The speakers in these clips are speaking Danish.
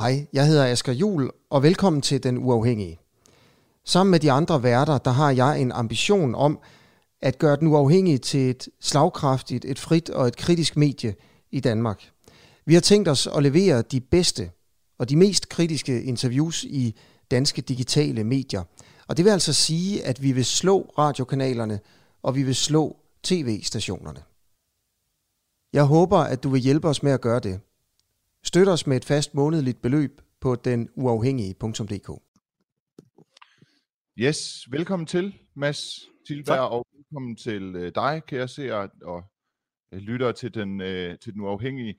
Hej, jeg hedder Asger Juhl, og velkommen til Den Uafhængige. Sammen med de andre værter, der har jeg en ambition om at gøre Den Uafhængige til et slagkraftigt, et frit og et kritisk medie i Danmark. Vi har tænkt os at levere de bedste og de mest kritiske interviews i danske digitale medier. Og det vil altså sige, at vi vil slå radiokanalerne, og vi vil slå tv-stationerne. Jeg håber, at du vil hjælpe os med at gøre det. Støt os med et fast månedligt beløb på denuafhængige.dk. Yes, velkommen til, Mads Silberg, og velkommen til dig, kære seere og lyttere til den Uafhængige.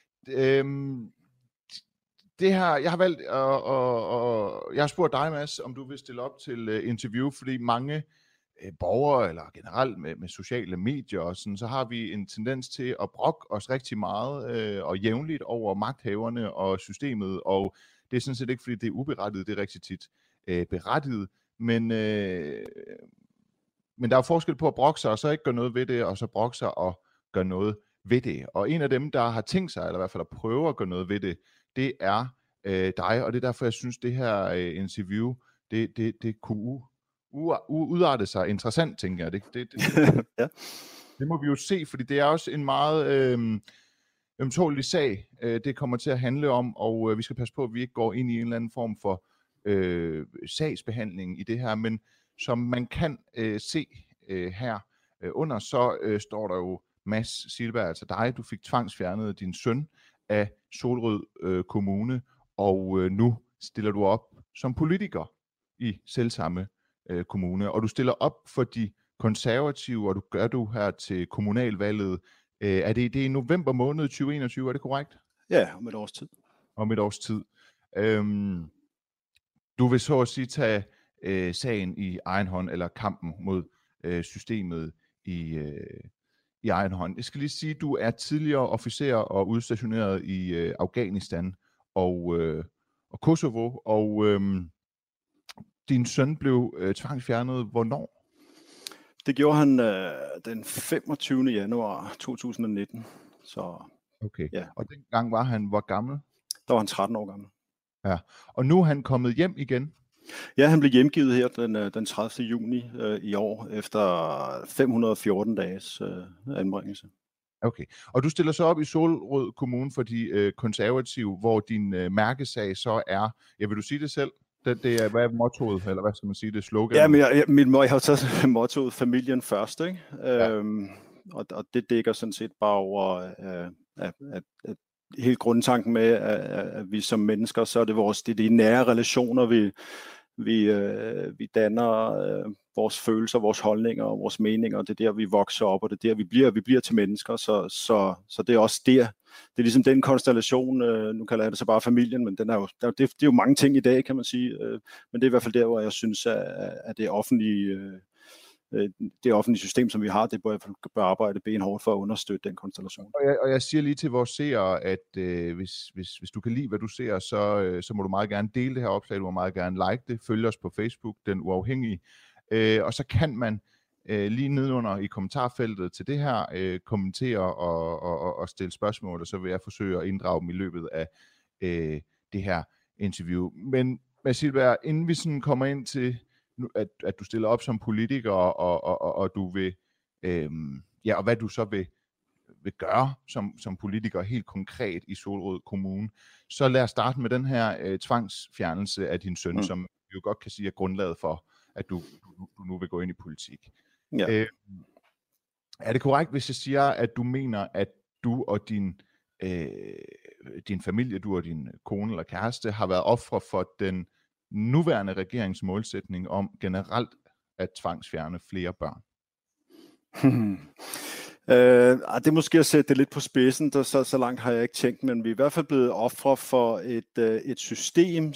Det her, jeg har valgt, og jeg har spurgt dig, Mads, om du vil stille op til interview, fordi mange borgere, eller generelt med sociale medier og sådan, så har vi en tendens til at brokke os rigtig meget og jævnligt over magthaverne og systemet, og det er sådan set ikke, fordi det er uberettiget, det er rigtig tit berettiget, men der er forskel på at brokke sig og så ikke gøre noget ved det, og så brokke sig og gøre noget ved det. Og en af dem, der har tænkt sig, eller i hvert fald at prøve at gøre noget ved det, det er dig, og det er derfor, jeg synes, det her interview, det kunne udarte sig interessant, tænker jeg. Ja. Det må vi jo se, fordi det er også en meget ømtålig sag, det kommer til at handle om, og vi skal passe på, at vi ikke går ind i en eller anden form for sagsbehandling i det her, men som man kan se her under, så står der jo Mads Silberg, altså dig, du fik tvangsfjernet din søn af Solrød Kommune, og nu stiller du op som politiker i selvsamme kommune, og du stiller op for de konservative, og du gør du her til kommunalvalget. Er det i november måned 2021, er det korrekt? Ja, om et års tid. Om et års tid. Du vil så at sige tage sagen i egen hånd, eller kampen mod systemet i egen hånd. Jeg skal lige sige, at du er tidligere officer og udstationeret i Afghanistan og Kosovo, og din søn blev tvangsfjernet hvornår? Det gjorde han den 25. januar 2019. Så, okay, ja. Og dengang var han hvor gammel? Der var han 13 år gammel. Ja, og nu er han kommet hjem igen? Ja, han blev hjemgivet her den 30. juni i år, efter 514 dages anbringelse. Okay, og du stiller så op i Solrød Kommune for de konservative, hvor din mærkesag så er, vil du sige det selv? Det er, hvad er mottoet, eller hvad skal man sige, det slogan? Ja, men jeg har taget mottoet familien først, ikke? Ja. Og det dækker sådan set bare over, at helt grundtanken med, at vi som mennesker, så er det de nære relationer, vi danner vores følelser, vores holdninger og vores meninger, og det er der, vi vokser op, og det er der, vi bliver til mennesker, så det er også der. Det er ligesom den konstellation, nu kalder jeg det så bare familien, men det er jo mange ting i dag, kan man sige, men det er i hvert fald der, hvor jeg synes, at det offentlige system, som vi har, det bør arbejde benhårdt for at understøtte den konstellation. Og jeg siger lige til vores seere, at hvis du kan lide, hvad du ser, så må du meget gerne dele det her opslag, du må meget gerne like det, følge os på Facebook, Den Uafhængige, og så kan man lige nedenunder i kommentarfeltet til det her kommentere og stille spørgsmål, og så vil jeg forsøge at inddrage dem i løbet af det her interview. Men Mads Silberg, inden vi sådan kommer ind til at du stiller op som politiker, og du vil, og hvad du så vil gøre som politiker helt konkret i Solrød Kommune, så lad os starte med den her tvangsfjernelse af din søn, som vi jo godt kan sige er grundlaget for, at du nu vil gå ind i politik. Ja. Er det korrekt, hvis jeg siger, at du mener, at du og din familie, du og din kone eller kæreste, har været ofre for den nuværende regerings målsætning om generelt at tvangsfjerne flere børn? Det er måske at sætte det lidt på spidsen, så langt har jeg ikke tænkt, men vi er i hvert fald blevet ofre for et system,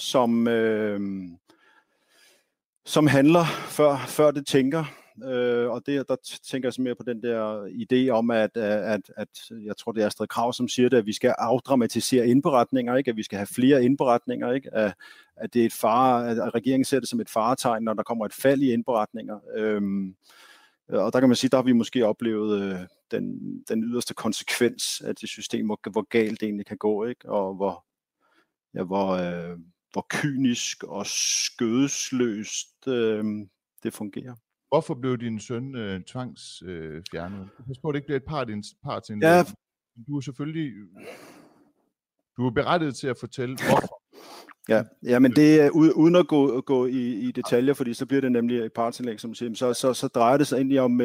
som handler før det tænker. Og der tænker jeg så mere på den der idé om, at jeg tror, det er Astrid Krag, som siger det, at vi skal afdramatisere indberetninger, ikke? At vi skal have flere indberetninger, ikke? At det er at regeringen ser det som et faretegn, når der kommer et fald i indberetninger. Og der kan man sige, der har vi måske oplevet den yderste konsekvens af det system, hvor galt det egentlig kan gå, ikke? Og hvor kynisk og skødesløst det fungerer. Hvorfor blev din søn tvangsfjernet? Pas på, det ikke bliver et partsindlæg. Ja. Du er selvfølgelig berettiget til at fortælle, hvorfor. Ja, men det er uden at gå i detaljer, fordi så bliver det nemlig et partsindlæg, som siger, så drejer det sig egentlig om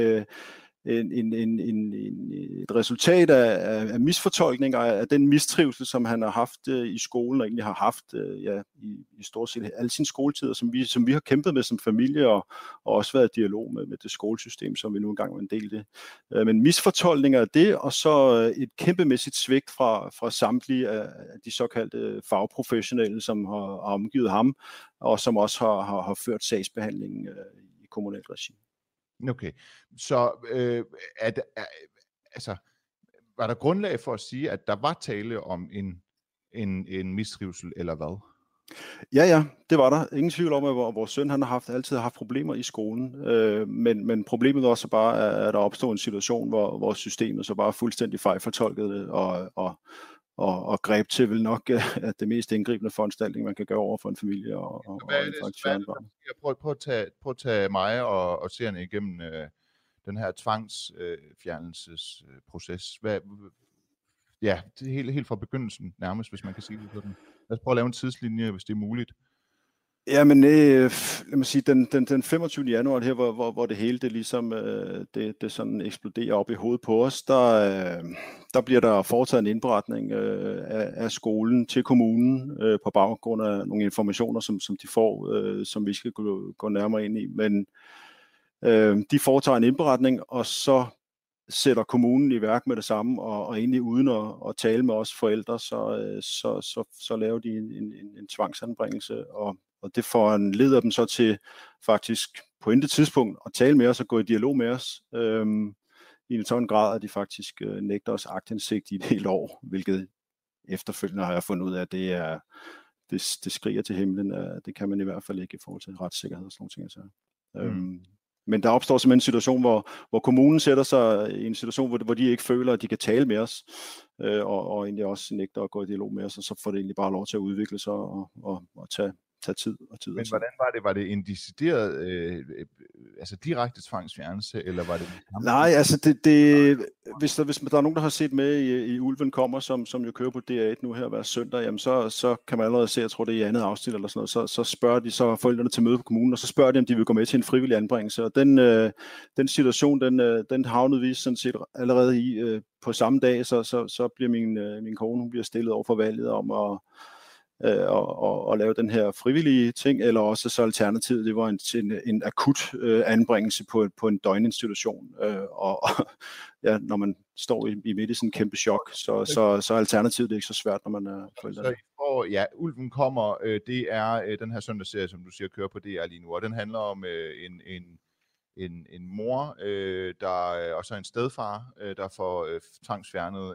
et resultat af misfortolkninger af den mistrivsel, som han har haft i skolen, og egentlig har haft i stort set alle sine skoletider, som vi har kæmpet med som familie, og også været i dialog med det skolesystem, som vi nu engang var en del af det. Men misfortolkninger af det, og så et kæmpemæssigt svigt fra samtlige af de såkaldte fagprofessionelle, som har omgivet ham, og som også har ført sagsbehandlingen i kommunalt regi. Okay, så var der grundlag for at sige, at der var tale om en mistrivsel, eller hvad? Ja, det var der. Ingen tvivl om, at vores søn han har altid haft problemer i skolen, men problemet var så bare, at der opstod en situation, hvor systemet så bare fuldstændig fejlfortolkede det, og greb til vel nok at det mest indgribende foranstaltning, man kan gøre over for en familie. Prøv at tage mig og seerne igennem den her tvangsfjernelsesproces. Det er helt fra begyndelsen nærmest, hvis man kan sige det sådan. Lad os prøve at lave en tidslinje, hvis det er muligt. Ja, men lad mig sige, den 25. januar her, hvor det hele det ligesom det sådan eksploderer op i hovedet på os, der bliver der foretaget en indberetning af skolen til kommunen på baggrund af nogle informationer, som de får, som vi skal gå nærmere ind i. Men de foretager en indberetning, og så sætter kommunen i værk med det samme, og egentlig uden at tale med os forældre, så laver de en tvangsanbringelse, og det foranleder dem så til faktisk på intet tidspunkt at tale med os og gå i dialog med os i en sådan grad, at de faktisk nægter os aktindsigt i et helt år, hvilket efterfølgende har jeg fundet ud af, at det skriger til himlen. Det kan man i hvert fald ikke i forhold til retssikkerhed og sådan nogle ting. Men der opstår simpelthen en situation, hvor kommunen sætter sig i en situation, hvor de ikke føler, at de kan tale med os, og egentlig også nægter at gå i dialog med os, og så får det egentlig bare lov til at udvikle sig og tage tid og tid. Men hvordan var det? Var det en decideret, direkte tvangsfjernelse, eller var det? Nej, altså hvis der er nogen, der har set med i Ulven kommer, som jo kører på DR1 nu her hver søndag, jamen så kan man allerede se, jeg tror det er i andet afsnit eller sådan noget, så spørger de så forældrene til møde på kommunen, og så spørger de, om de vil gå med til en frivillig anbringelse. Og den situation, den havnede vi sådan set allerede i på samme dag, så bliver min kone, hun bliver stillet over for valget om at lave den her frivillige ting, eller også så alternativet, det var en akut anbringelse på en døgninstitution. Når man står i midt i sådan en kæmpe chok, så alternativet det er ikke så svært, når man er forældre. Ulven kommer, det er den her søndagsserie, som du siger, kører på DR lige nu, og den handler om en mor, der også er en stedfar, der får tvangsfjernet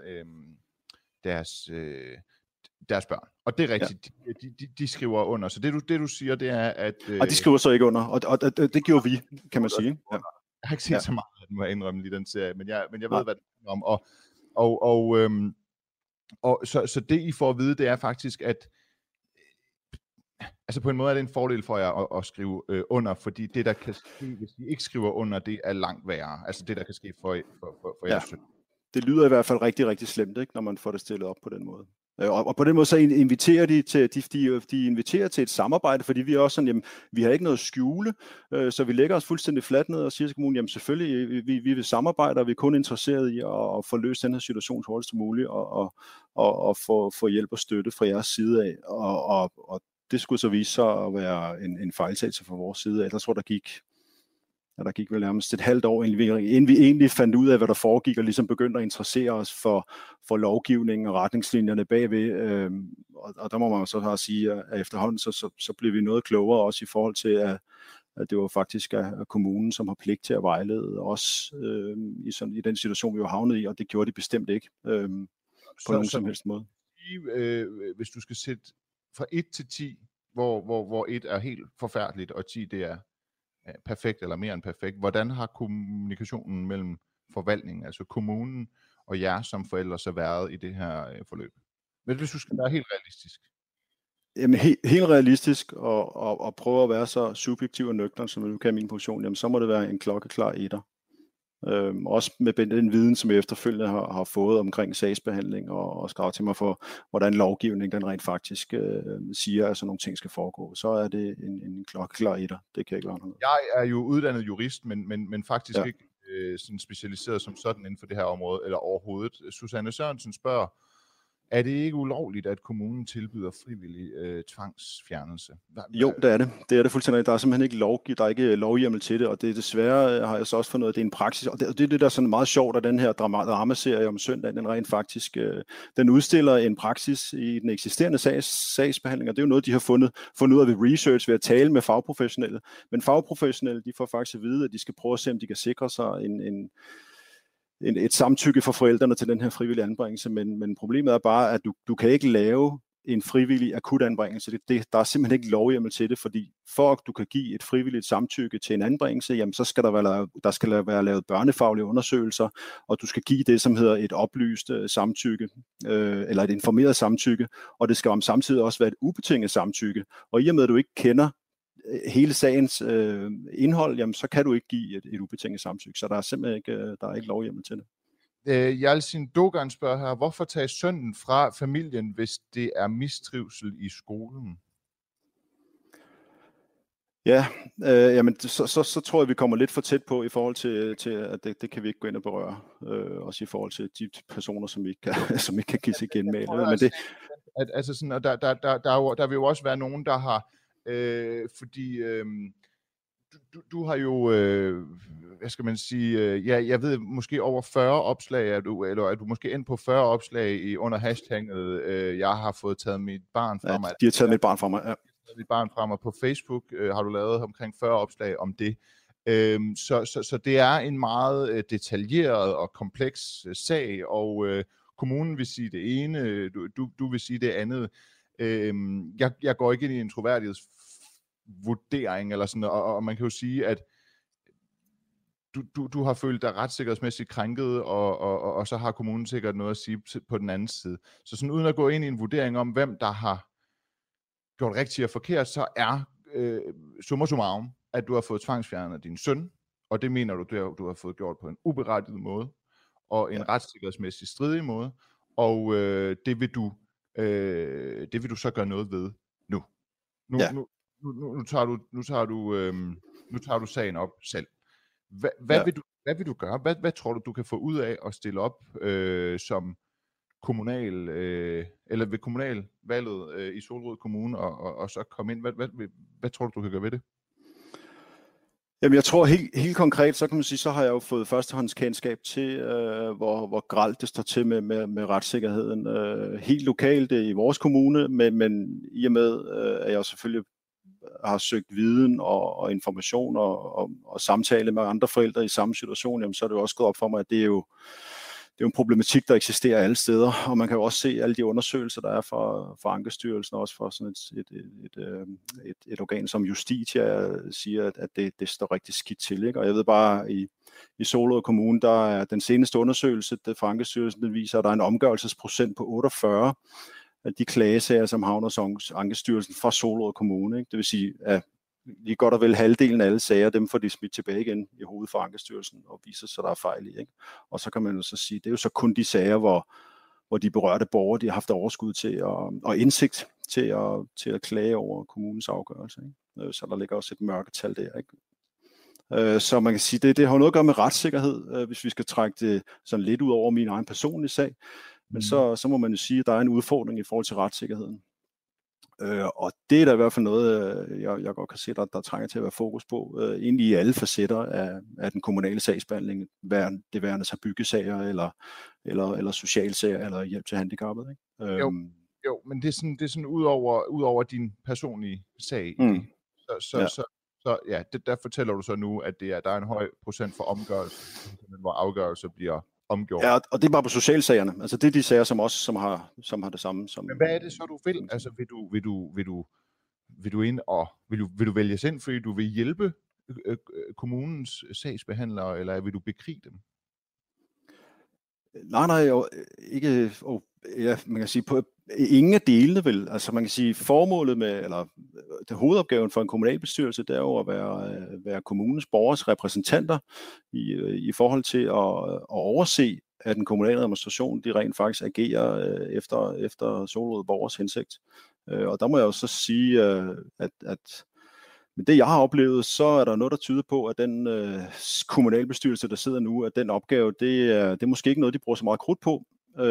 deres børn. Og det er rigtigt, de skriver under. Så det du siger, det er, at... Og de skriver så ikke under, og det gjorde vi, kan man sige. Ja. Jeg har ikke set så meget af den, må jeg indrømme lige den serie, men jeg ved, hvad det handler om. Så det, I får at vide, det er faktisk, at på en måde er det en fordel for jer at skrive under, fordi det, der kan ske, hvis I ikke skriver under, det er langt værre. Altså det, der kan ske for jeres søn. Det lyder i hvert fald rigtig, rigtig slemt, ikke, når man får det stillet op på den måde. Og på den måde så inviterer de inviterer til et samarbejde, fordi vi er også sådan, jamen, vi har ikke noget at skjule, så vi lægger os fuldstændig fladt ned og siger til kommunen, jamen selvfølgelig, vi vil samarbejde, og vi er kun interesseret i at få løst den her situation så hurtigt som muligt, og få hjælp og støtte fra jeres side af, og det skulle så vise sig at være en fejltagelse fra vores side af. Jeg tror, der gik vel nærmest et halvt år, inden vi egentlig fandt ud af, hvad der foregik, og ligesom begyndte at interessere os for lovgivningen og retningslinjerne bagved. Og der må man så sige, at efterhånden så blev vi noget klogere også i forhold til, at det var faktisk kommunen, som har pligt til at vejlede os i den situation, vi var havnet i, og det gjorde de bestemt ikke på nogen som helst måde. Hvis du skal sætte fra 1 til 10, hvor 1 er helt forfærdeligt, og 10 det er perfekt eller mere end perfekt. Hvordan har kommunikationen mellem forvaltningen, altså kommunen og jer som forældre, så været i det her forløb? Men hvis du skal være helt realistisk. Jamen, helt realistisk og prøve at være så subjektiv og nøgtern, som jeg nu kan i min position, jamen, så må det være en klokkeklar etter. Også med den viden, som jeg efterfølgende har fået omkring sagsbehandling og skrevet til mig for, hvordan lovgivning den rent faktisk siger, at sådan nogle ting skal foregå. Så er det en klokkeklar etter. Det kan jeg ikke være noget. Jeg er jo uddannet jurist, men faktisk ikke sådan specialiseret som sådan inden for det her område, eller overhovedet. Susanne Sørensen spørger, er det ikke ulovligt, at kommunen tilbyder frivillig tvangsfjernelse? Jo, det er det. Det er det fuldstændig. Der er simpelthen ikke lovhjemmel til det, og det desværre har jeg så også fundet ud af, at det er en praksis. Og det er det, der er sådan meget sjovt, at den her dramaserie om søndag, den rent faktisk, den udstiller en praksis i den eksisterende sagsbehandling, og det er jo noget, de har fundet ud af ved research, ved at tale med fagprofessionelle. Men fagprofessionelle, de får faktisk at vide, at de skal prøve at se, om de kan sikre sig et samtykke for forældrene til den her frivillige anbringelse, men problemet er bare, at du kan ikke lave en frivillig akut anbringelse. Der er simpelthen ikke lovhjemmel til det, fordi for at du kan give et frivilligt samtykke til en anbringelse, jamen så skal der skal være lavet børnefaglige undersøgelser, og du skal give det, som hedder et oplyst samtykke, eller et informeret samtykke, og det skal samtidig også være et ubetinget samtykke. Og i og med, at du ikke kender hele sagens indhold, jamen, så kan du ikke give et ubetinget samtykke, så der er simpelthen ikke lovhjemmel til det. Hjalsin Dogan spørger her, hvorfor tage sønnen fra familien, hvis det er mistrivsel i skolen? Ja, jamen, så tror jeg, vi kommer lidt for tæt på i forhold til at det kan vi ikke gå ind og berøre, også i forhold til de personer, som ikke kan give sig igen med. Men det altså sådan, og der vil jo også være nogen, der har fordi du har jo, hvad skal man sige, jeg ved måske over 40 opslag, eller er du måske ind på 40 opslag under hashtagget, jeg har fået taget mit barn fra mig. De har taget mit barn fra mig, ja. Mit barn fra mig på Facebook, har du lavet omkring 40 opslag om det. Så det er en meget detaljeret og kompleks sag, og kommunen vil sige det ene, du vil sige det andet. Jeg går ikke ind i en troværdighedsvurdering eller sådan, og man kan jo sige, at du har følt dig retssikkerhedsmæssigt krænket, og så har kommunen sikkert noget at sige på den anden side. Så sådan uden at gå ind i en vurdering om, hvem der har gjort rigtigt og forkert, så er summa summarum, at du har fået tvangsfjernet din søn, og det mener du har fået gjort på en uberettiget måde, og en retssikkerhedsmæssigt stridig måde, og det vil du så gøre noget ved nu. Nu tager du sagen op selv. Hvad vil du gøre? Hvad tror du kan få ud af at stille op som kommunal eller ved kommunalvalget i Solrød Kommune og så komme ind? Hvad tror du kan gøre ved det? Jamen, jeg tror helt konkret, så kan man sige, så har jeg jo fået førstehåndskendskab til, hvor grelt det står til med retssikkerheden. Helt lokalt i vores kommune, men i og med, at jeg selvfølgelig har søgt viden og information og samtale med andre forældre i samme situation, jamen, så er det jo også gået op for mig, at det er jo en problematik, der eksisterer alle steder, og man kan jo også se alle de undersøgelser, der er for Ankestyrelsen, og også for sådan et organ som Justitia, siger, at det står rigtig skidt til. Ikke? Og jeg ved bare, i Solrød Kommune, der er den seneste undersøgelse fra Ankestyrelsen, den viser, at der er en omgørelsesprocent på 48 af de klagesager, som havner hos Ankestyrelsen fra Solrød Kommune. Ikke? Det vil sige, at lige godt og vel halvdelen af alle sager, dem får de smidt tilbage igen i hovedet for Ankestyrelsen og viser sig, der er fejl i. Ikke? Og så kan man jo så sige, det er jo så kun de sager, hvor de berørte borgere, de har haft overskud til og indsigt til at klage over kommunens afgørelse. Ikke? Så der ligger også et mørketal der. Ikke? Så man kan sige, det har noget at gøre med retssikkerhed, hvis vi skal trække det sådan lidt ud over min egen personlige sag. Men så må man jo sige, at der er en udfordring i forhold til retssikkerheden. Og det er da i hvert fald noget, jeg godt kan se, der trænger til at være fokus på, egentlig i alle facetter af den kommunale sagsbehandling, det værende sig byggesager, eller socialsager, eller hjælp til handicappede. Ikke? Jo, men det er sådan ud over din personlige sag. Så der fortæller du så nu, at der er en høj procent for omgørelse, hvor afgørelser bliver omgjort. Ja, og det er bare på socialsagerne. Altså det er de sager, som har det samme. Men hvad er det så, du vil? Altså vil du ind og vil du vælges ind, fordi du vil hjælpe kommunens sagsbehandlere, eller vil du bekrige dem? Nej, ikke. Ja, man kan sige på ingen af delene vel. Altså man kan sige formålet med, eller det hovedopgaven for en kommunalbestyrelse, det er jo at være kommunens borgers repræsentanter i forhold til at overse, at den kommunale administration, de rent faktisk agerer efter Solrød borgers hensigt. Og der må jeg jo så sige, at med det jeg har oplevet, så er der noget, der tyder på, at den kommunalbestyrelse, der sidder nu, at den opgave, det er måske ikke noget, de bruger så meget krudt på.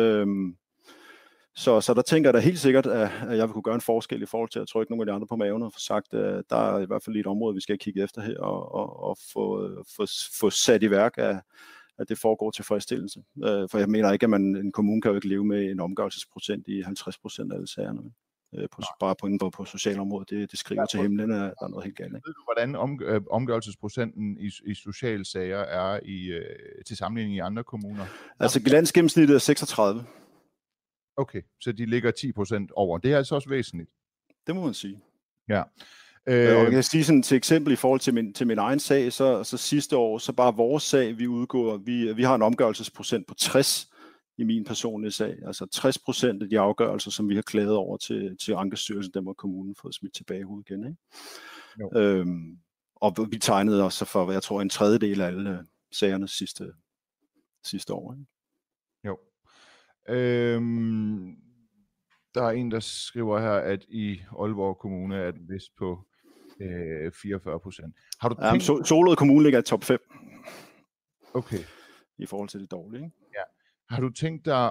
Så der tænker jeg da helt sikkert, at jeg vil kunne gøre en forskel i forhold til at trykke nogle af de andre på maven og få sagt, at der er i hvert fald et område, vi skal kigge efter her og få sat i værk, at det foregår tilfredsstillelse. For jeg mener ikke, at en kommune kan jo ikke leve med en omgørelsesprocent i 50% af alle sagerne. Bare på socialområdet, det skriver til himlen, at der er noget helt galt. Ikke? Ved du, hvordan omgørelsesprocenten i sociale sager er til sammenligning i andre kommuner? Altså landsgennemsnittet er 36. Okay, så de ligger 10% over. Det er altså også væsentligt. Det må man sige. Ja. Og jeg kan sige sådan til eksempel i forhold til min egen sag, så sidste år, så bare vores sag, vi har en omgørelsesprocent på 60 i min personlige sag. Altså 60% af de afgørelser, som vi har klaget over til Ankestyrelsen, dem har kommunen fået smidt tilbage i hovedet igen. Ikke? Og vi tegnede også for, jeg tror, en tredjedel af alle sagerne sidste år. Ikke? Jo. Der er en, der skriver her, at i Aalborg Kommune er den vist på 44%. Har du tænkt... Solrød Kommune ligger i top 5. Okay. I forhold til det dårlige, ikke? Ja. Har du tænkt dig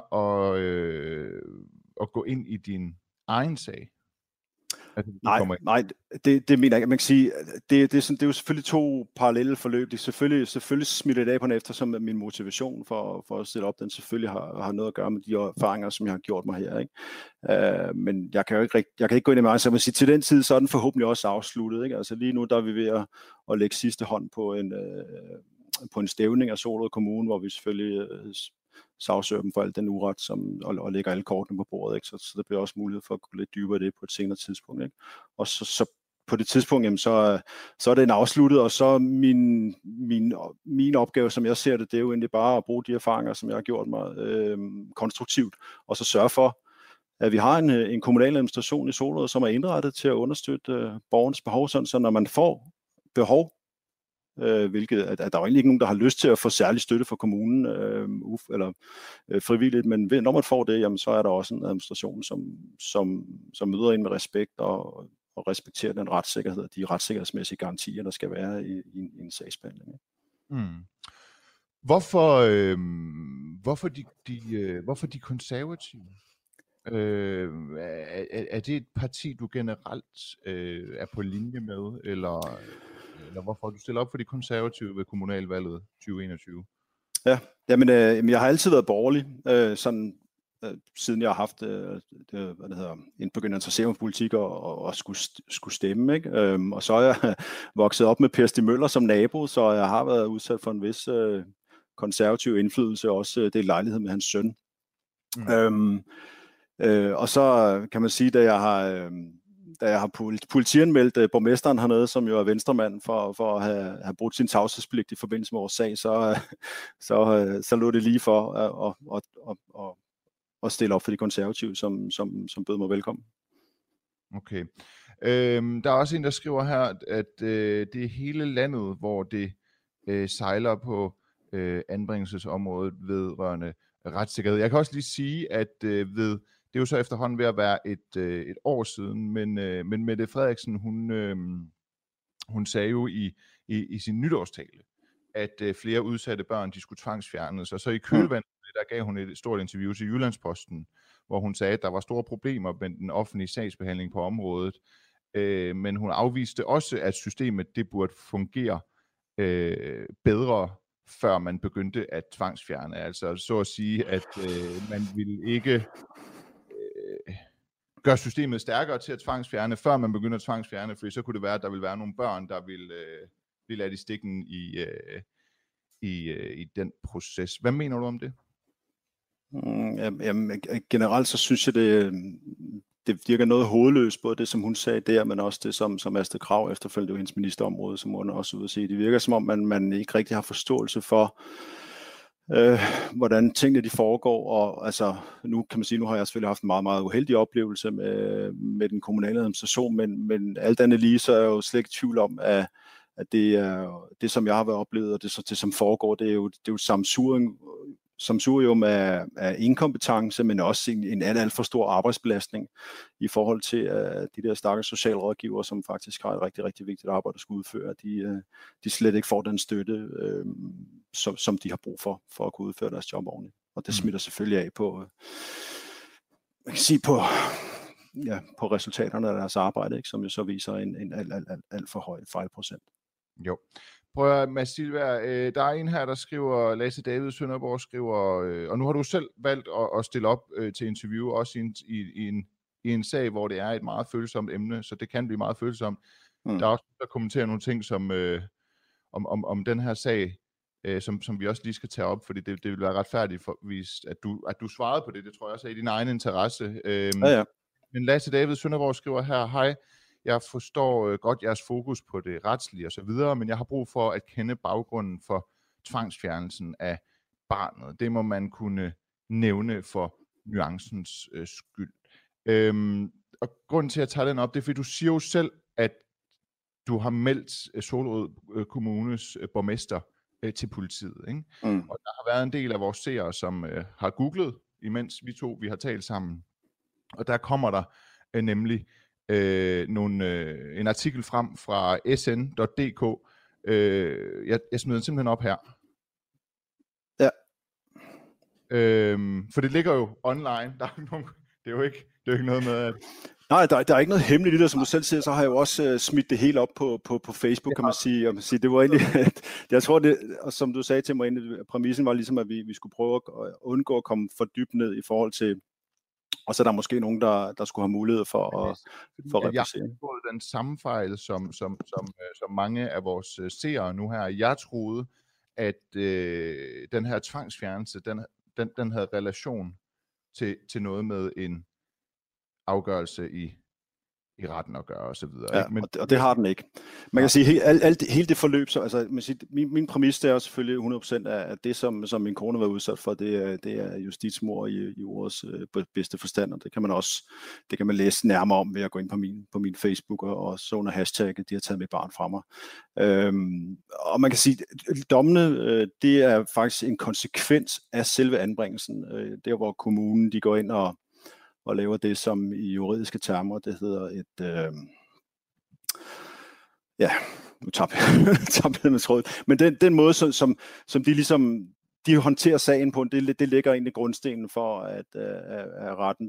at gå ind i din egen sag? Altså, nej, det mener jeg ikke. Man kan sige, det er jo selvfølgelig to parallelle forløb. Det er selvfølgelig smittet af på den, eftersom min motivation for at stille op, den selvfølgelig har noget at gøre med de erfaringer, som jeg har gjort mig her. Ikke? Men jeg kan ikke gå ind i mig, så man siger, til den tid, så er den forhåbentlig også afsluttet. Ikke? Altså lige nu, der er vi ved at lægge sidste hånd på en stævning af Solrød Kommune, hvor vi selvfølgelig sagsøger dem for alt den uret, og lægger alle kortene på bordet. Ikke? Så der bliver også mulighed for at gå lidt dybere i det på et senere tidspunkt. Ikke? Og så på det tidspunkt, jamen, så er den afsluttet, og så min opgave, som jeg ser det, det er jo egentlig bare at bruge de erfaringer, som jeg har gjort mig konstruktivt, og så sørge for, at vi har en kommunal administration i Solrød, som er indrettet til at understøtte borgernes behov, sådan så når man får behov, hvilket at der er jo egentlig ikke nogen, der har lyst til at få særlig støtte fra kommunen eller frivilligt, men når man får det, jamen, så er der også en administration, som møder en med respekt og respekterer den retssikkerhed og de retssikkerhedsmæssige garantier, der skal være i en sagsbehandling. Hvorfor de konservative? Er det et parti, du generelt er på linje med, eller hvorfor du stiller op for de konservative ved kommunalvalget 2021? Ja, jamen jeg har altid været borgerlig, siden jeg har haft begyndt at interessere mig politik og skulle stemme. Ikke? Og så er jeg vokset op med Per Stig Møller som nabo, så jeg har været udsat for en vis konservativ indflydelse, også det lejlighed med hans søn. Og så kan man sige, da jeg har politianmeldt borgmesteren hernede, som jo er venstremand, for at have brugt sin tavshedspligt i forbindelse med vores sag, så lå det lige for at stille op for de konservative, som bød mig velkommen. Okay. Der er også en, der skriver her, at det er hele landet, hvor det sejler på anbringelsesområdet vedrørende retssikkerhed. Jeg kan også lige sige, at det er jo så efterhånden ved at være et år siden, men Mette Frederiksen, hun sagde jo i sin nytårstale, at flere udsatte børn, de skulle tvangsfjernes, og så i kølvandet, der gav hun et stort interview til Jyllandsposten, hvor hun sagde, at der var store problemer med den offentlige sagsbehandling på området, men hun afviste også, at systemet det burde fungere bedre, før man begyndte at tvangsfjerne. Altså så at sige, at man ville ikke gøre systemet stærkere til at tvangsfjerne, før man begynder at tvangsfjerne, for så kunne det være, at der ville være nogle børn, der ville lade i stikken i den proces. Hvad mener du om det? Jamen, generelt så synes jeg, det virker noget hovedløst, både det, som hun sagde der, men også det, som Astrid Krag efterfølgende, det var hendes ministerområde, som hun også ud at sige. Det virker, som om man ikke rigtig har forståelse for hvordan tingene de foregår, og altså nu kan man sige, nu har jeg selvfølgelig haft en meget, meget uheldig oplevelse med den kommunale administration, men alt andet lige, så er jeg jo slet ikke i tvivl om, at det som jeg har været oplevet, og det som foregår, det er jo samsurium af inkompetence, men også en alt for stor arbejdsbelastning i forhold til de der stakkels socialrådgivere, som faktisk har et rigtig, rigtig vigtigt arbejde at skulle udføre. De slet ikke får den støtte, som de har brug for at kunne udføre deres job ordentligt. Og det smitter selvfølgelig af på, man kan sige på resultaterne af deres arbejde, ikke? Som jo så viser en alt for høj fejlprocent. Jo. Prøv at, Mads Silberg, der er en her, der skriver, Lasse David Sønderborg skriver, og nu har du selv valgt at stille op til interview, også i en sag, hvor det er et meget følsomt emne, så det kan blive meget følsomt. Der er også der kommenterer nogle ting som, om den her sag, som vi også lige skal tage op, fordi det vil være retfærdigt, at du svarede på det. Det tror jeg også er i din egen interesse. Ja. Men Lasse David Sønderborg skriver her, hej, jeg forstår godt jeres fokus på det retslige osv., men jeg har brug for at kende baggrunden for tvangsfjernelsen af barnet. Det må man kunne nævne for nuancens skyld. Og grunden til at tage den op, det er, fordi du siger jo selv, at du har meldt Solrød Kommunes borgmester til politiet. Ikke? Og der har været en del af vores seere, som har googlet, imens vi har talt sammen. Og der kommer der nemlig en artikel frem fra sn.dk. Jeg smider den simpelthen op her. Ja. For det ligger jo online. Det er jo ikke noget med at... Nej, der er ikke noget hemmeligt i det, som du selv siger, så har jeg jo også smidt det hele op på Facebook, kan man sige. Og det var egentlig, jeg tror det, og som du sagde til mig, præmissen var ligesom, at vi skulle prøve at undgå at komme for dybt ned i forhold til, og så er der måske nogen, der skulle have mulighed for at repræsentere. Jeg har fået den samme fejl, som mange af vores seere nu her. Jeg troede, at den her tvangsfjernelse, den havde relation til noget med en afgørelse i retten at gøre og så videre. Ja, ikke? Og det har den ikke. Man kan sige, hele det forløb, så, altså, min præmis det er selvfølgelig 100% af det, som min kone var udsat for, det er justitsmord i ordets bedste forstand, og det kan man læse nærmere om ved at gå ind på min Facebook og så under hashtagget, de har taget mit barn fra mig. Og man kan sige, dommene, det er faktisk en konsekvens af selve anbringelsen, der hvor kommunen, de går ind og laver det, som i juridiske termer, det hedder nu tabte jeg med trådet. Men den måde, som de ligesom, de håndterer sagen på, det ligger egentlig grundstenen for, at retten,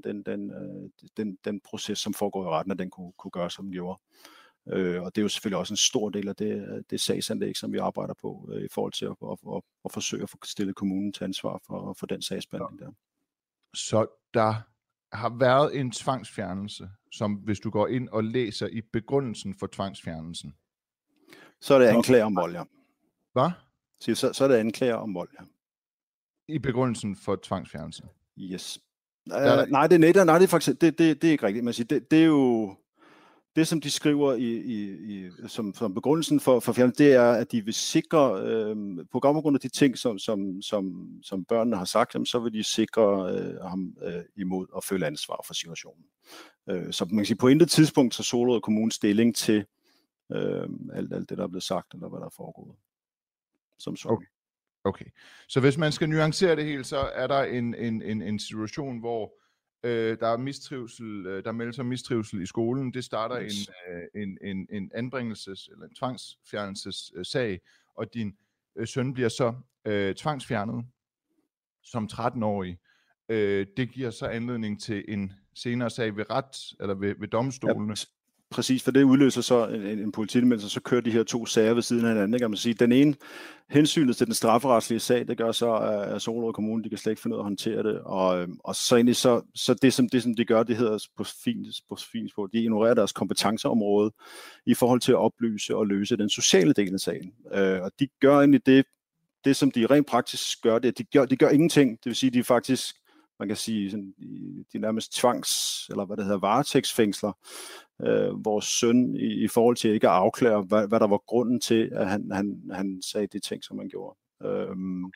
den proces, som foregår i retten, at den kunne gøre, som den gjorde. Og det er jo selvfølgelig også en stor del af det sagsanlæg, som vi arbejder på, i forhold til at forsøge at få stillet kommunen til ansvar for den sagsbehandling der. Så der har været en tvangsfjernelse, som hvis du går ind og læser i begrundelsen for tvangsfjernelsen. Så er det anklager om vold, ja. Hvad? Så er det anklager om vold, ja. I begrundelsen for tvangsfjernelsen? Yes. Nej, det er faktisk, det er ikke rigtigt. Man siger, det er jo det, som de skriver som begrundelsen for fjernelsen, det er, at de vil sikre, på baggrund af de ting, som børnene har sagt, så vil de sikre ham imod at føle ansvar for situationen. Så man kan sige, på intet tidspunkt så Solrød Kommune stilling til alt det, der er blevet sagt, eller hvad der er foregået. Som sådan. Okay. Så hvis man skal nuancere det hele, så er der en situation, hvor der er mistrivsel, der melder sig mistrivsel i skolen. Det starter en anbringelses- eller en tvangsfjernelsessag, og din søn bliver så tvangsfjernet som 13-årig. Det giver så anledning til en senere sag ved ved domstolene. Ja, præcis, for det udløser så en politianmeldelse, så kører de her to sager ved siden af hinanden. Kan man sige, den ene hensynet til den strafferetslige sag, det gør så, at Solrød Kommune, de kan slet ikke finde ud af at håndtere det, og så egentlig så det som de gør, det hedder på fint sprog, de ignorerer deres kompetenceområde i forhold til at oplyse og løse den sociale del af sagen. Og de gør egentlig det som de rent praktisk gør, det de gør ingenting. Det vil sige, de faktisk, man kan sige, sådan, de nærmest varetægtsfængsler vores søn i forhold til ikke at afklare, hvad der var grunden til, at han sagde de ting, som han gjorde.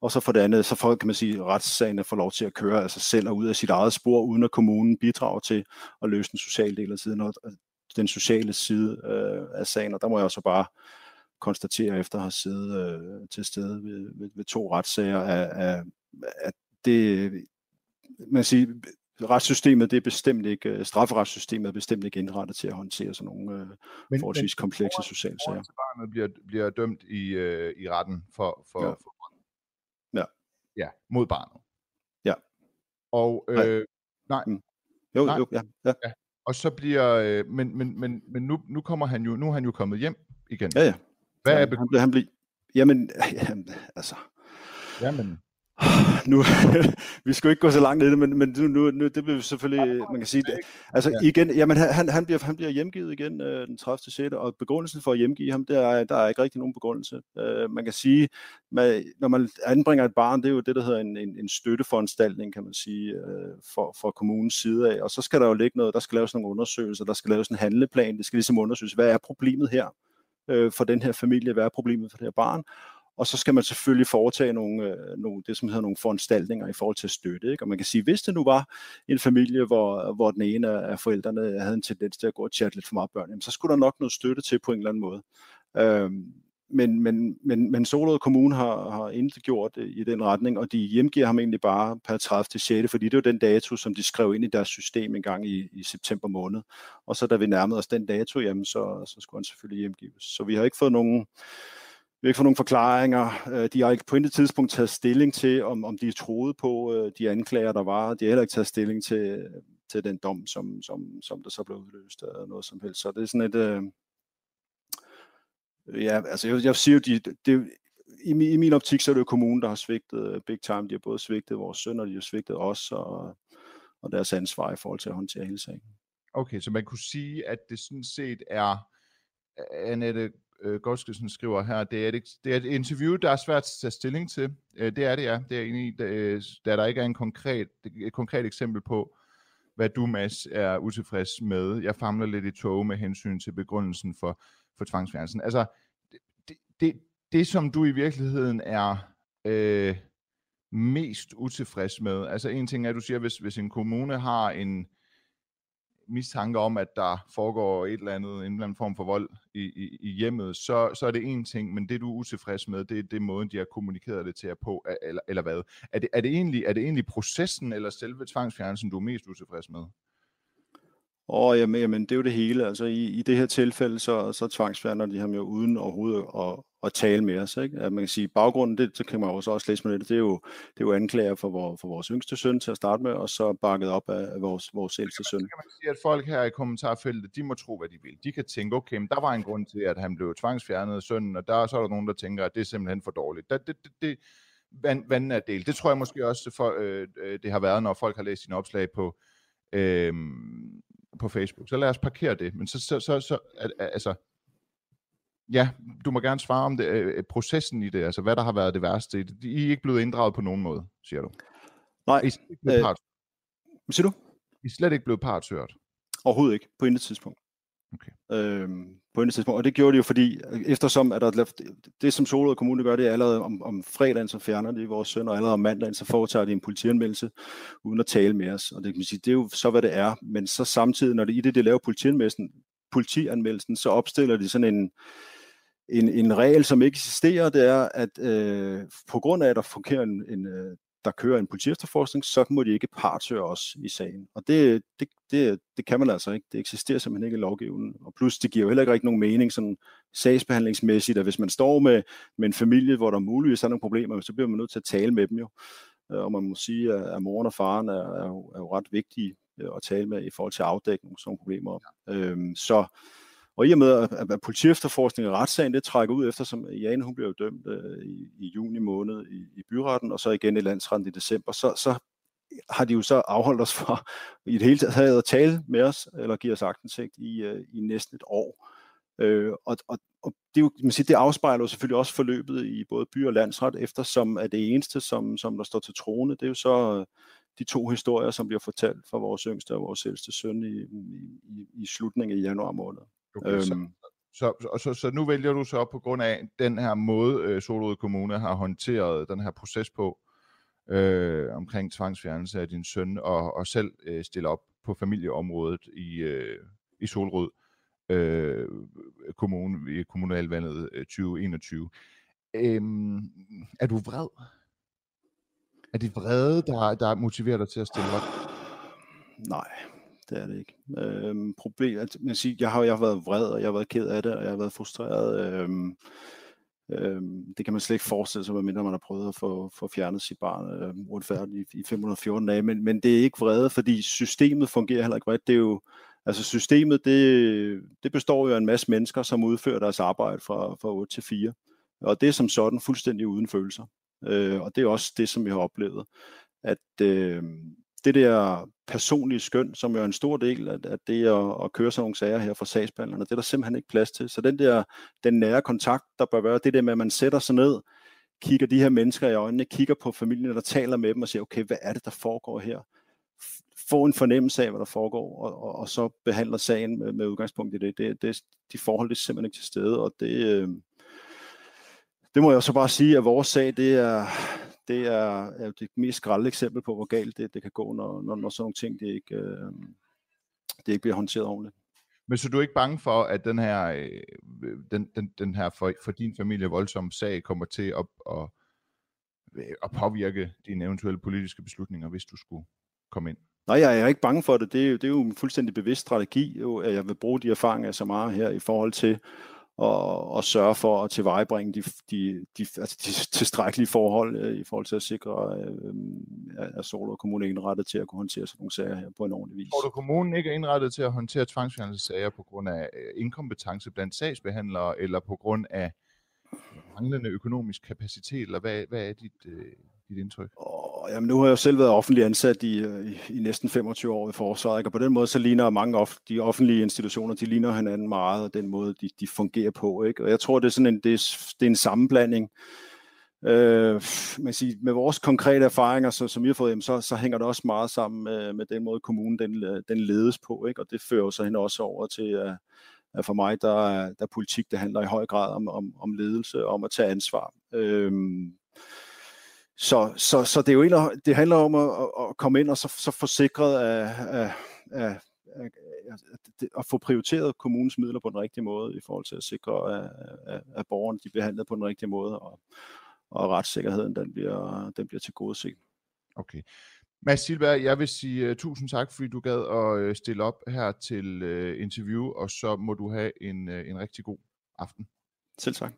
Og så for det andet, så kan man sige, at retssagene får lov til at køre af sig selv og ud af sit eget spor, uden at kommunen bidrager til at løse den sociale del af siden, og den sociale side af sagen. Og der må jeg også bare konstatere, efter at have siddet til stede ved 2 retssager, at det, man siger, retssystemet, det er bestemt ikke, strafferetssystemet er bestemt ikke indrettet til at håndtere sådan nogle forholdsvis komplekse sociale sager. Barnet bliver dømt i retten for ja, mod barnet. Ja. Og nej. Jo, ja. Og så bliver men nu kommer han jo, nu er han jo kommet hjem igen. Ja. Hvad er han bliver jamen altså. Jamen. Nu, vi skal jo ikke gå så langt i det, men nu det bliver selvfølgelig, man kan sige, altså igen, jamen han bliver hjemgivet igen den 30.6. Og begrundelsen for at hjemgive ham, der er ikke rigtig nogen begrundelse. Man kan sige, når man anbringer et barn, det er jo det, der hedder en støtteforanstaltning, kan man sige, for kommunens side af, og så skal der jo ligge noget, der skal laves nogle undersøgelser, der skal laves en handleplan, det skal ligesom undersøges, hvad er problemet her for den her familie, hvad er problemet for det her barn. Og så skal man selvfølgelig foretage nogle det, som hedder nogle foranstaltninger i forhold til at støtte. Ikke? Og man kan sige, hvis det nu var en familie, hvor den ene af forældrene havde en tendens til at gå og chatte lidt for meget børn, jamen, så skulle der nok noget støtte til på en eller anden måde. Men Solrød Kommune har intet gjort i den retning, og de hjemgiver ham egentlig bare per 30.6., fordi det er jo den dato, som de skrev ind i deres system en gang i september måned. Og så da vi nærmede os den dato, jamen, så skulle han selvfølgelig hjemgives. Så vi har ikke fået nogen forklaringer. De har ikke på intet tidspunkt taget stilling til, om de troede på de anklager, der var. De har heller ikke taget stilling til den dom, som der så blev udløst af noget som helst. Så det er sådan et... jeg siger jo, i min optik, så er det jo kommunen, der har svigtet big time. De har både svigtet vores søn, og de har svigtet os og deres ansvar i forhold til at håndtere hele sagen. Okay, så man kunne sige, at det sådan set er... Annette Godskesen skriver her, det er et interview, der er svært at tage stilling til. Det er det, ja. Det er egentlig, da der ikke er et konkret eksempel på, hvad du, Mads, er utilfreds med. Jeg famler lidt i tog med hensyn til begrundelsen for tvangsfjernelsen. Altså, det som du i virkeligheden er mest utilfreds med, altså en ting er, at du siger, hvis en kommune har en mistanke om, at der foregår en eller anden form for vold i hjemmet, så er det en ting, men det du er utilfreds med, det er det måden, de har kommunikeret det til jer på, eller hvad? Er det egentlig processen eller selve tvangsfjernelsen, du er mest utilfreds med? Jamen, det er jo det hele. Altså i det her tilfælde, så tvangsfjerner de ham jo uden overhovedet at tale med os. Ikke? At man kan sige, baggrunden, det så kan man også læse med det er jo anklager for vores yngste søn til at starte med, og så bakket op af vores ældste søn. Så kan man sige, at folk her i kommentarfeltet, de må tro, hvad de vil. De kan tænke, okay, men der var en grund til, at han blev tvangsfjernet af sønnen, og så er der nogen, der tænker, at det er simpelthen for dårligt. Vandene er delt. Det tror jeg måske også, det har været, når folk har læst sine opslag på Facebook. Så lad os parkere det. Men altså, ja, du må gerne svare om det, processen i det, altså hvad der har været det værste. I er ikke blevet inddraget på nogen måde, siger du? Nej. Hvad siger du? I er slet ikke blevet partshørt? Overhovedet ikke, på intet tidspunkt. Okay. På intet tidspunkt. Og det gjorde de jo, fordi eftersom at det som Solrød Kommune gør, det er allerede om fredagen, så fjerner de vores søn, og allerede om mandagen, så foretager de en politianmeldelse, uden at tale med os. Og det kan man sige, det er jo så, hvad det er. Men så samtidig, når de laver politianmeldelsen, så opstiller de sådan en regel, som ikke eksisterer. Det er, at på grund af, at der fungerer der kører en politiefterforskning, så må de ikke partshøre os i sagen. Og det kan man altså ikke. Det eksisterer simpelthen ikke i lovgivningen. Og plus, det giver jo heller ikke nogen mening sådan sagsbehandlingsmæssigt, at hvis man står med en familie, hvor der muligvis er nogle problemer, så bliver man nødt til at tale med dem jo. Og man må sige, at moren og faren er jo ret vigtige at tale med i forhold til at afdække nogle sådan problemer. Og i og med, at politiefterforskning og retssagen, det trækker ud efter, som Jane, hun blev jo dømt i juni måned i byretten, og så igen i landsretten i december, så har de jo så afholdt os fra i det hele taget at tale med os, eller give os aktindsigt i næsten et år. Og det, jo, man siger, det afspejler jo selvfølgelig også forløbet i både by- og landsret, eftersom at det eneste, som der står til troende, det er jo så de 2 historier, som bliver fortalt fra vores yngste og vores ældste søn i slutningen af januar måned. Okay, Så nu vælger du så på grund af den her måde, Solrød Kommune har håndteret den her proces på, omkring tvangsfjernelse af din søn, og selv stille op på familieområdet i Solrød Kommune i kommunalvalget 2021. Er du vred? Er det vrede, der motiverer dig til at stille op? Nej, det er det ikke. Problemet, jeg har været vred, og jeg har været ked af det, og jeg har været frustreret. Det kan man slet ikke forestille sig, medmindre man har prøvet at få fjernet sit barn uretfærdigt i 514 dage. Men det er ikke vrede, fordi systemet fungerer heller ikke vredt. Det er jo, altså systemet, det består jo af en masse mennesker, som udfører deres arbejde fra 8 til 4. Og det er som sådan fuldstændig uden følelser. Og det er også det, som vi har oplevet. At det der personlige skøn, som jo er en stor del af det at køre sådan nogle sager her fra sagsbehandlerne, det er der simpelthen ikke plads til. Så den nære kontakt, der bør være, det der med, at man sætter sig ned, kigger de her mennesker i øjnene, kigger på familien, der taler med dem og siger, okay, hvad er det, der foregår her? Få en fornemmelse af, hvad der foregår, og så behandler sagen med udgangspunkt i det. De forhold er simpelthen ikke til stede, og det må jeg så bare sige, at vores sag, det er det mest grelle eksempel på, hvor galt det kan gå, når sådan nogle ting, det ikke bliver håndteret ordentligt. Men så du er ikke bange for, at den her for din familie voldsomme sag kommer til at påvirke dine eventuelle politiske beslutninger, hvis du skulle komme ind? Nej, jeg er ikke bange for det. Det er jo en fuldstændig bevidst strategi, at jeg vil bruge de erfaringer så meget her i forhold til og sørge for at tilvejebringe de tilstrækkelige forhold i forhold til at sikre, at Solrød Kommune er indrettet til at kunne håndtere sådan nogle sager her på en ordentlig vis. Tror du, kommunen ikke er indrettet til at håndtere tvangsfjernelsessager på grund af inkompetence blandt sagsbehandlere, eller på grund af manglende økonomisk kapacitet, eller hvad er dit indtryk? Jamen, nu har jeg jo selv været offentlig ansat i næsten 25 år i forsvaret, og på den måde så ligner mange de offentlige institutioner, de ligner hinanden meget, og den måde de fungerer på, ikke? Og jeg tror, det er sådan det er en sammenblanding. Man siger, med vores konkrete erfaringer, som vi har fået, så hænger det også meget sammen med den måde kommunen den ledes på, ikke? Og det fører jo så hen også over til at for mig der er politik, der handler i høj grad om ledelse, om at tage ansvar. Så det er jo egentlig, det handler om at komme ind og så få sikret at få prioriteret kommunens midler på den rigtige måde i forhold til at sikre, at borgerne de bliver behandlet på den rigtige måde, og retssikkerheden den bliver tilgodeset. Okay. Mads Silberg, jeg vil sige tusind tak, fordi du gad at stille op her til interview, og så må du have en rigtig god aften. Selv tak.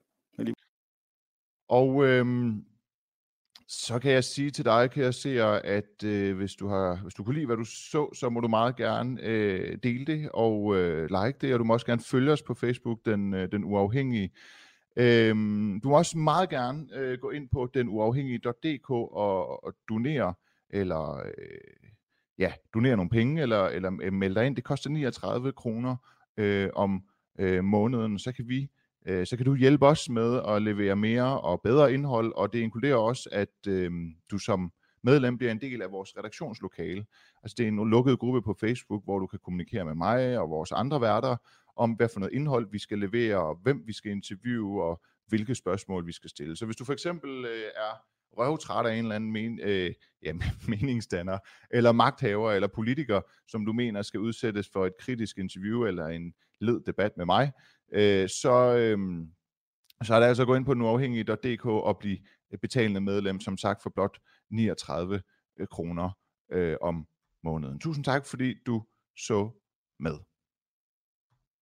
Og så kan jeg sige til dig, kære seere, at hvis du kunne lide, hvad du så må du meget gerne dele det og like det, og du må også gerne følge os på Facebook, den uafhængige. Du må også meget gerne gå ind på denuafhængige.dk og donere, eller donere nogle penge, eller melde dig ind. Det koster 39 kroner om måneden, så kan du hjælpe os med at levere mere og bedre indhold, og det inkluderer også, at du som medlem bliver en del af vores redaktionslokale. Altså det er en lukket gruppe på Facebook, hvor du kan kommunikere med mig og vores andre værter om, hvad for noget indhold vi skal levere, og hvem vi skal interviewe, og hvilke spørgsmål vi skal stille. Så hvis du for eksempel er røvtræt af en eller anden meningsdanner, eller magthaver, eller politiker, som du mener skal udsættes for et kritisk interview, eller en led debat med mig, så er det altså at gå ind på denuafhængige.dk og blive betalende medlem, som sagt for blot 39 kroner om måneden. Tusind tak, fordi du så med.